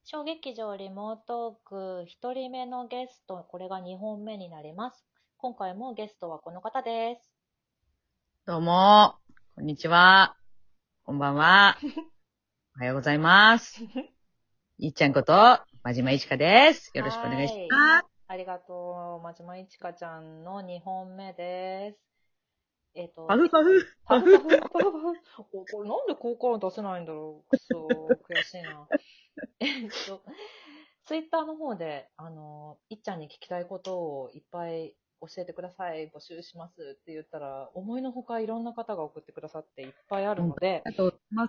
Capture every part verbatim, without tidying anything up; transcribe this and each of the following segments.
小劇場リモートークひとりめのゲスト、これがにほんめになります。今回もゲストはこの方です。 どうも、こんにちは。こんばんは。おはようございます。いっちゃんこと、まじまいちかです。よろしくお願いしはい。 ます。 ありがとう。まじまいちかちゃんのにほんめです。えっ、と、 パフパフ、 パフパフ。 パフパフパフ。おこれなんで効果音出せないんだろう。くそー、悔しいな。えっと、ツイッターの方で、あの、いっちゃんに聞きたいことをいっぱい教えてください、募集しますって言ったら、思いのほかいろんな方が送ってくださっていっぱいある本当にので、 ありがとうございます。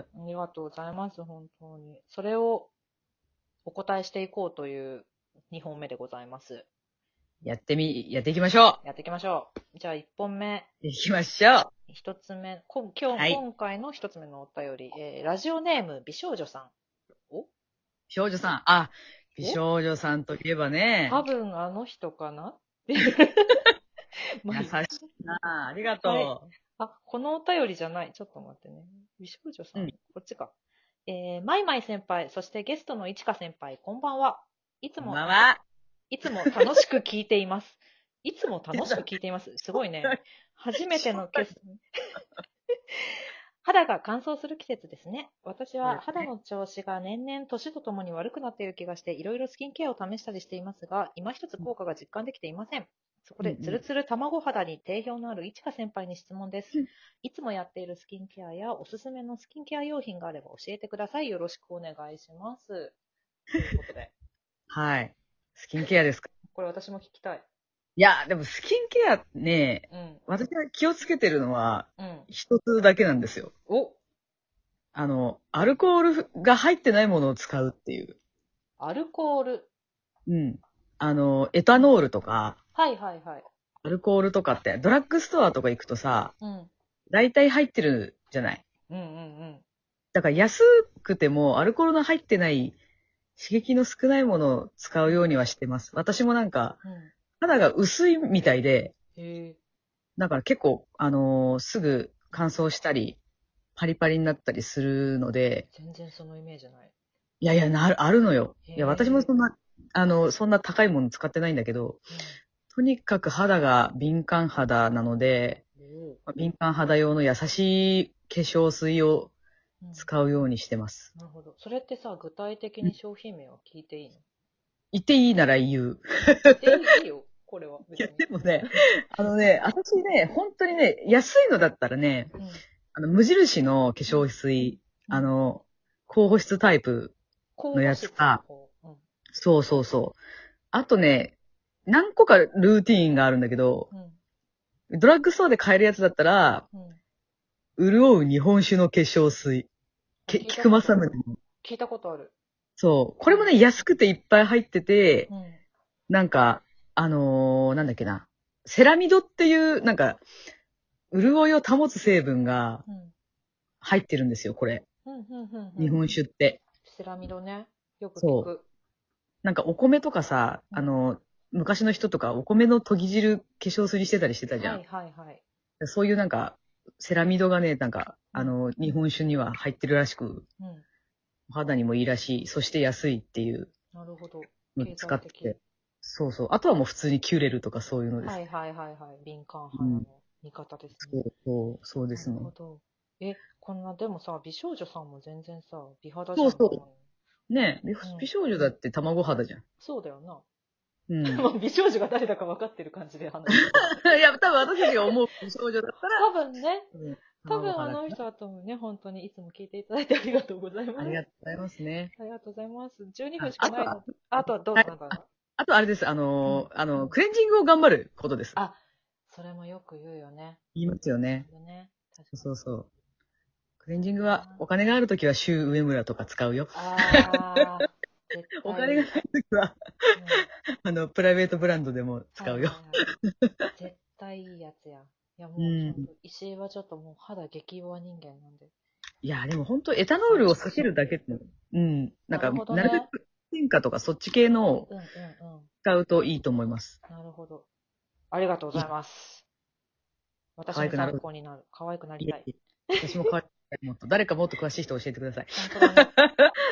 ありがとうございます、本当に。それをお答えしていこうというにほんめでございます。 やってみ、やっていきましょやっていきましょう。じゃあいっぽんめ。 う。いきましょう。 ひとつめ、こ今日、 はい。 今回のひとつめのお便り、えーラジオネーム美少女さん。お美少女さん。あ、美お少女さんといえば多ね、 分あの人かなっていう。まあいい優しいな。ありがはい。 とあ、このお便りじゃない。ちょっと待ってね。美少女さう。うん、 ん。 こっちか。えー、マイマイ先輩、そしてゲストのいちか先輩、こんばんは。いつこんもた、 ばんは。 いつも楽しく聞いています。いつも楽しく聞いています。すごいね。初めてのゲスト。肌が乾燥する季節ですね。私は肌の調子が年々年とともに悪くなっている気がして、いろいろスキンケアを試したりしていますが、今一つ効果が実感できていません。そこで、ツルうんうん。 ツル卵肌に定評のあるいちか先輩に質問です。いつもやっているスキンケアやおすすめのスキンケア用品があれば教えてください。よろしくお願いします。ということで。 はい。スキンケアですか？ これ私も聞きたい。 いや、でもスキンケアね、 うん。 私が気をつけてるのは、 うん。 一つだけなんですよ。 お、 あの、アルコールが入ってないものを使うっていう。 アルコール。 うん。あの、エタノールとか、 はいはいはい。 アルコールとかって、ドラッグストアとか行くとさ、 うん。 大体入ってるじゃない。 うんうんうん。 だから安くても、アルコールの入ってない刺激の少ないものを使うようにはしてます。私もなんか、 うん。 肌が薄いみたいで、 へえ。 だから結構、あのーすぐ乾燥したり、パリパリになったりするので、 全然そのイメージない。 いやいや、なる、あるのよ。 へいや、私もえ。 そんな、あの、そんな高いもの使ってないんだけど、とにかく肌が敏感肌なので、 うん。おまあ敏感肌用の優しい化粧水をうん。 使うようにしてます。 なるほど。それってさ、具体的んに商品名は聞いていいの？ 言っていいなら言う。 聞いていい、いいよ。これはいや、 別に。 でもね、あのね、私ね、本当にね、安いのだったらね、 うん。 あの、無印の化粧水、 うん。 あの、高保湿タイプのやつ高保湿のか、 方。うん。 そうそうそう。あとね、何個かルーティーンがあるんだけど、 うん。 ドラッグストアで買えるやつだったら、 うん。 潤う日本酒の化粧水。 あ、 け、 聞いた菊こと、 正宗の。 聞いたことある。 そう。こうん。 れもね、安くていっぱい入ってて、 うん。 なんか、あのーなんだっけな。セラミドっていう、なんか、潤いを保つ成分がうん。 入ってるんですよ、これ。 うん。うん。うん。うん。 日本酒って。 セラミドね。よく聞そう。 く。 なんかお米とかさ、 うん。 あの、昔の人とかお米の研ぎ汁化粧水してたりしてたじゃん。 はいはいはい。 そういうなんか、セラミドがね、なんか、 うん。 あの、日本酒には入ってるらしく、 うん。 お肌にもいいらしい、そして安いっていうなるほど。 の経済的。 使ってて。そうそう。あとはもう普通にキュレルとかそういうのです。 はいはいはいはい。敏感うん。 肌の味方ですね。 そうそう、そうでなるすね。 ほど。え、こんな、でもさ、美少女さんも全然さ、美肌じゃんと思そうそう。ねえ、美うよ。うん。 美少女だって卵肌じゃん。 そうだよな。 うまん。 あ美少女が誰だか分かってる感じで話してるけど。 いや、多分私たちが思う美少女だったら、 多分ね、 うん、 多卵肌かな。 分あの人だと思うね。本当にいつも聞いていただいてありがとうございます。 ありがとうございますね。 ありがとうございます。じゅうにふんあ、 しかあとは、 ないの。ああとはどうはい。 ぞ、なんだあとあれです。あうん。 のー、あの、クレンジングを頑張ることです。 あ、それもよく言うよね。 言いますよね。 よね。確かに。 そうそう。クレンジングは、お金があるときは週上村とか使うよ。 あー、絶お対いい。 金がないときは、 うん。 あの、プライベートブランドでも使うよ。 はいはいはい。絶対いいやつや。いやうもう本ん。 当、石井はちょっともう肌激弱人間なんで。 いや、でも本当エタノーそう。 ルを避けるだけって、うん。なんか、 なるほどなるべね。 く添加とかそっち系のをうんうんうん。 使うといいと思います。 なるほど。ありがとうごいい、 ざいます。私も可愛くなる。 参考になる。可愛くなりたい。 いえいえ。私も可愛い。もっと、誰かもっと詳しい人教えてください。 本当だね。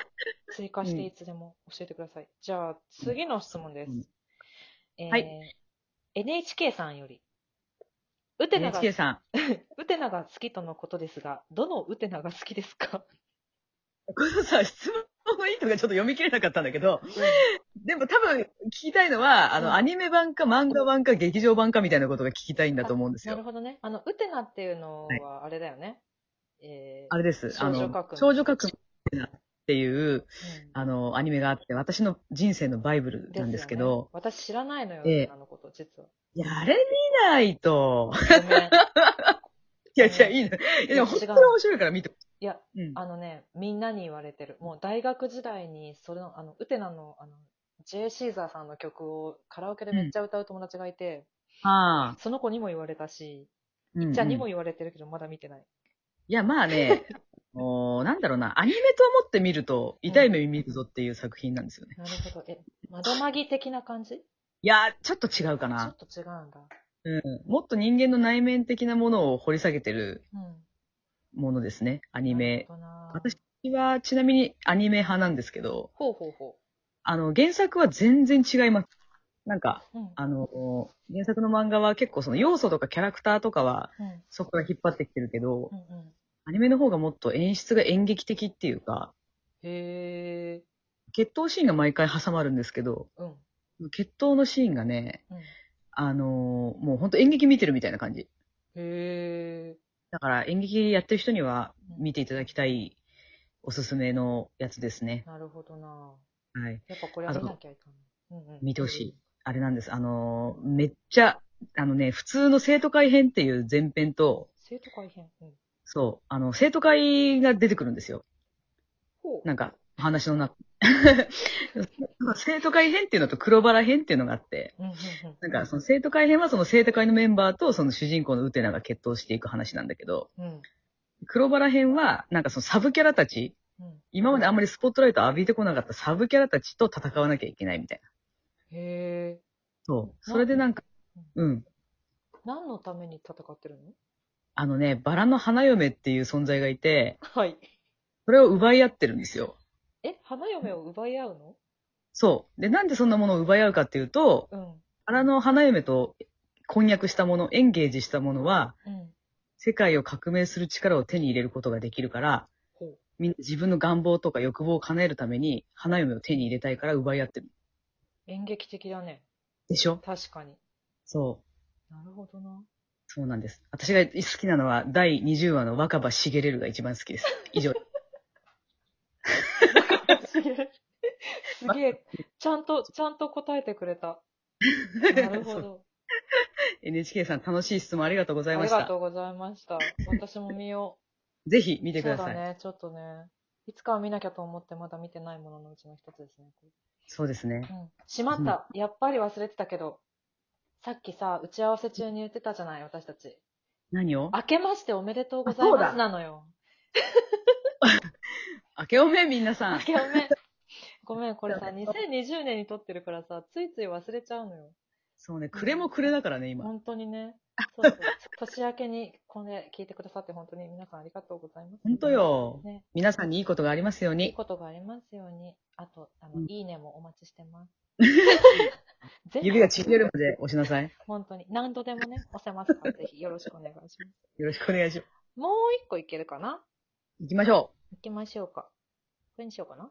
追加していつでも教えてください。じゃあ、次の質問です。 うんえーはいエヌエイチケー さんより、ウテナが、 エヌエイチケー さん。 ウテナが好きとのことですが、どのウテナが好きですか？ このさ、質問の意図がちょっと読み切れなかったんだけど、 うんでも多分聞きたいのは、あの、 うんアニメ版か漫画版か劇場版かみたいなことが聞きたいんだと思うんですよ。 なるほどね。あの、ウテナっていうのはあれだよね。えーあれです。あの少女革命。 少女革命っていう、 うんあの、アニメがあって、私の人生のバイブルなんですけよねど、 私知らないのよ、 ええウテナのこと、実は。 いや、あれ見ないと。 ごめん。 いや、いや、いいの。いや、でも本当に面白いから見て。 いや、 うん。 あのね、みんなに言われてる。もう大学時代に、それの、あの、ウテナの、あの、J. シーザーさんの曲をカラオケでめっちゃ歌う友達がいて、 ああ。 その子にも言われたし、 うんうんいっちゃんにも言われてるけど、まだ見てない。 いや、まあね、もう、なんだろうな、アニメと思って見ると、痛い目見るぞっていう作品なんですよね。 なるほど。え、窓マギ的な感じ？ いや、ちょっと違うかちょなっ。と違うんだ。 うん。もっと人間の内面的なものを掘り下げてるうん。 ものですね、アニメ。 なるほどな。 私はちなみにアニメ派なんですけど、 ほうほうほあの、原作は全然違います。なんか、 う。うん。 あの、原作の漫画は結構その要素とかキャラクターとかはうん。 そこから引っ張ってきてるけど、 うんうん。 アニメの方がもっと演出が演劇的っていうか、 へえ。 決闘シーンが毎回挟まるんですけど、 うん。 決闘のシーンがね、 うん。 あのもうほんと演劇見てるみたいな感じ。 へえ。 だから演劇やってる人にはうん見ていただきたいおすすめのやつですね。 なるほどな。 はい。 やっぱこれは見なきゃいかん。うんうん。 見てほしい。あれなんです。あのーめっちゃ、あのね、普通の生徒会編っていう前編と、 生徒会編。うん。 そう、あの、生徒会が出てくるんですよ。 ほう。 なんか、話の中。生徒会編っていうのと黒バラ編っていうのがあって、 うんうんうん。 なんかその生徒会編はその生徒会のメンバーとその主人公のウテナが決闘していく話なんだけど、 うん。 黒バラ編はなんかそのサブキャラたち、 うん。 今まであんまりスポットライト浴びてこなかったサブキャラたちと戦わなきゃいけないみたいな。 へえ。 そう。それでなんか、うん。 何のために戦ってるの？ あのね、バラの花嫁っていう存在がいて、 はい。 それを奪い合ってるんですよ。 え、花嫁を奪い合うの？ そう。で、なんでそんなものを奪い合うかっていうと、 うん。 バラの花嫁と婚約したもの、エンゲージしたものは、 うん。 世界を革命する力を手に入れることができるから、 ほう。 みんな自分の願望とか欲望を叶えるために、花嫁を手に入れたいから奪い合ってる。 演劇的だね。 でしょ？ 確かに。 そう。 なるほどな。 そうなんです。私が好きなのは、だいにじゅうわの若葉茂るが一番好きです。以上。 すげえ。すげえ。ちゃんと、ちゃんと答えてくれた。なるほど。 エヌエイチケー さん、楽しい質問ありがとうございあました。 りがとうございました。私も見よぜひ見う。 てください。 そうだね、ちょっとね。いつかは見なきゃと思ってまだ見てないもののうちの一つですね。 そうですね。 うん。しまった。やっぱり忘れてたけど。さっきさ、打ち合わせ中に言ってたじゃない、私たち。 何を明けましておめでとうございますなのよ。 明けおめみんなさん明。けおめ。ごめん、これさ、にせんにじゅうねんに撮ってるからさ、ついつい忘れちゃうのよ。 そうね、暮れも暮れだからね、今。 本当にね。そうそう。年明けにこれ聞いてくださって本当に皆さんありがとうございます。 本当よ。 ね。 皆さんにいいことがありますよういいに。 ことがありますように。あと、あの、 うんいいねもお待ちしてます。 指がちぎれるまで押しなさい。 本当に。何度でもね、押せますから、ぜひよろしくお願いします。 よろしくお願いします。 もう一個いけるかな？ 行きましょ行きましょうか。これにしようかな。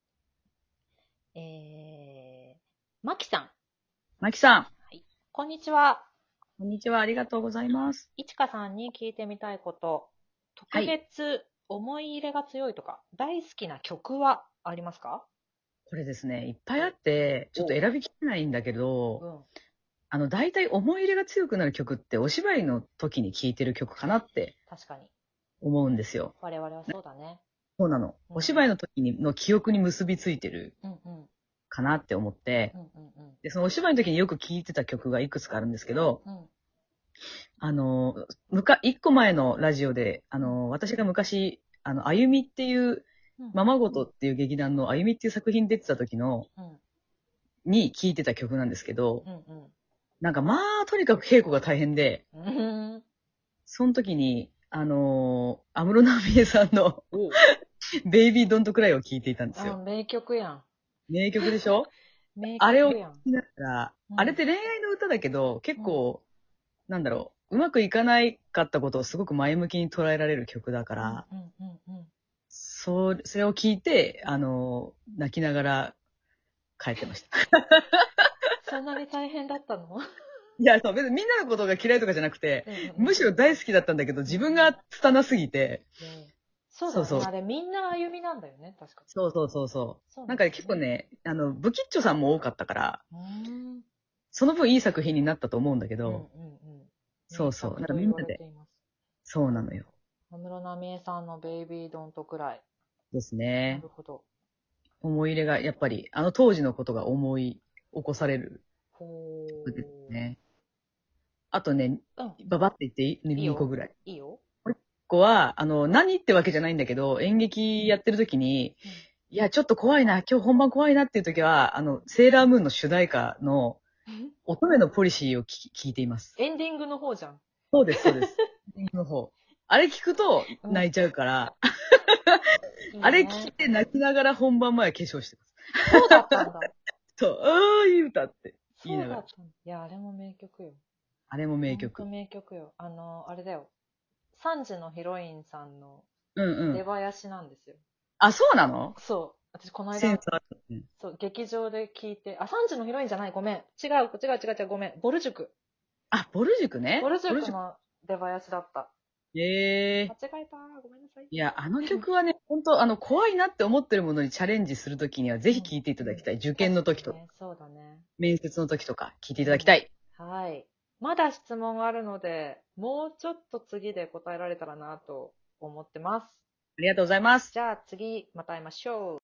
えー、まきさん。 う。まきさん。 こんにちは。 こんにちは。ありがとうございます。 いちかさんに聞いてみたいこと、特別思い入れが強いとか、大好きな曲はありますか？ これですね、いっぱいあって、ちょっと選びきれないんだけど、 うん。 あの、大体思い入れが強くなる曲ってお芝居の時に聴いてる曲かなって確かに。 思うんですよ。 我々はそうだね。 そうなの。 うんお芝居の時にの記憶に結びついてるうんうん。 かなって思ってう、んうんうん。 で、そのお芝居の時によく聴いてた曲がいくつかあるんですけど、 うん。 あの、むか、一個前のラジオで、あの、私が昔、あの、あゆみっていう、 うん。 ままごとっていう劇団のあゆみっていう作品出てた時の、 うん。 に聴いてた曲なんですけど、 うんなんかまあ、とにかく稽古が大変で、 うん。うん。 その時に、あのー、安室奈美恵さんのおうベイビードントクライを聴いていたんですあ、 よ。 名曲やん。 名曲でしょ？ 名あれを曲やん。 聴きながら、 うんあれって恋愛の歌だけど、結構、なんだろう、うまくいかないかったことをすごく前向きに捉えられる曲だから、 うんうんうんうん。 そう、それを聞いて、あの、泣きながら帰ってました。 そんなに大変だったの？ いや、そう、別にみんなのことが嫌いとかじゃなくて、 うんうんうん。 むしろ大好きだったんだけど、自分が拙すぎて、 うんそうだよね。 そうそう。 あれみんな歩みなんだよね、確か。 そうそうそうそう。なんかそうなんだよね結構ね、あの、ブキッチョさんも多かったから、 うーん。 その分いい作品になったと思うんだけうんうんど、 うん。 そうそう。なんか名作と言みんなで、 われています。 そうなのよ。 安室奈美恵さんのベイビードントクライ。 ですなね。 るほど。 思い入れが、やっぱり、あの当時のことが思い起こされるほ曲ですね。あとね、 ー。うん。 ババって言っていい？ いいに 個よ。 ぐらい。 いいよ。 これ個は、あの、何ってわけじゃないんだけど、演劇やってる時に、 うんいや、ちょっと怖いな、今日本番怖いなっていう時は、あの、セーラームーンの主題歌の乙女のポリシーを聞き聞いています。 エンディングの方じゃん。 そうです、そうです。エンディングの方。あれ聞くとうん泣いちゃうから、 いいあれ聞いね。 て泣きながら本番前は化粧してます。 そうだったんだ。 そう、ああ、いい歌って言いながら。 そうだったんだ。いや、あれも名曲よ。 あれも名ほんと曲。 名曲よ。あの、あれだよ。さんじのヒロインさんの出うんうん。 囃子なんですよ。 あ、そうなの？ そう。私、この間、 センスあるね。 そう、劇場で聞いて、あ、さんじのヒロインじゃない、ごめん。違う、違う、違う、違う、ごめん。ボル塾。 あ、ボル塾ね。 ボルボル塾。 塾の出囃子だった。 ええ間違えた。ごめんなさい。 いや、あの曲はね、本当あの、怖いなって思ってるものにチャレンジするときには、ぜひ聴いていただきたい。受験の時とか、 ね、そうだね。 面接の時とか、聴いていただきたい。 はい。まだ質問があるので、もうちょっと次で答えられたらなと思ってます。 ありがとうございます。 じゃあ次、また会いましょう。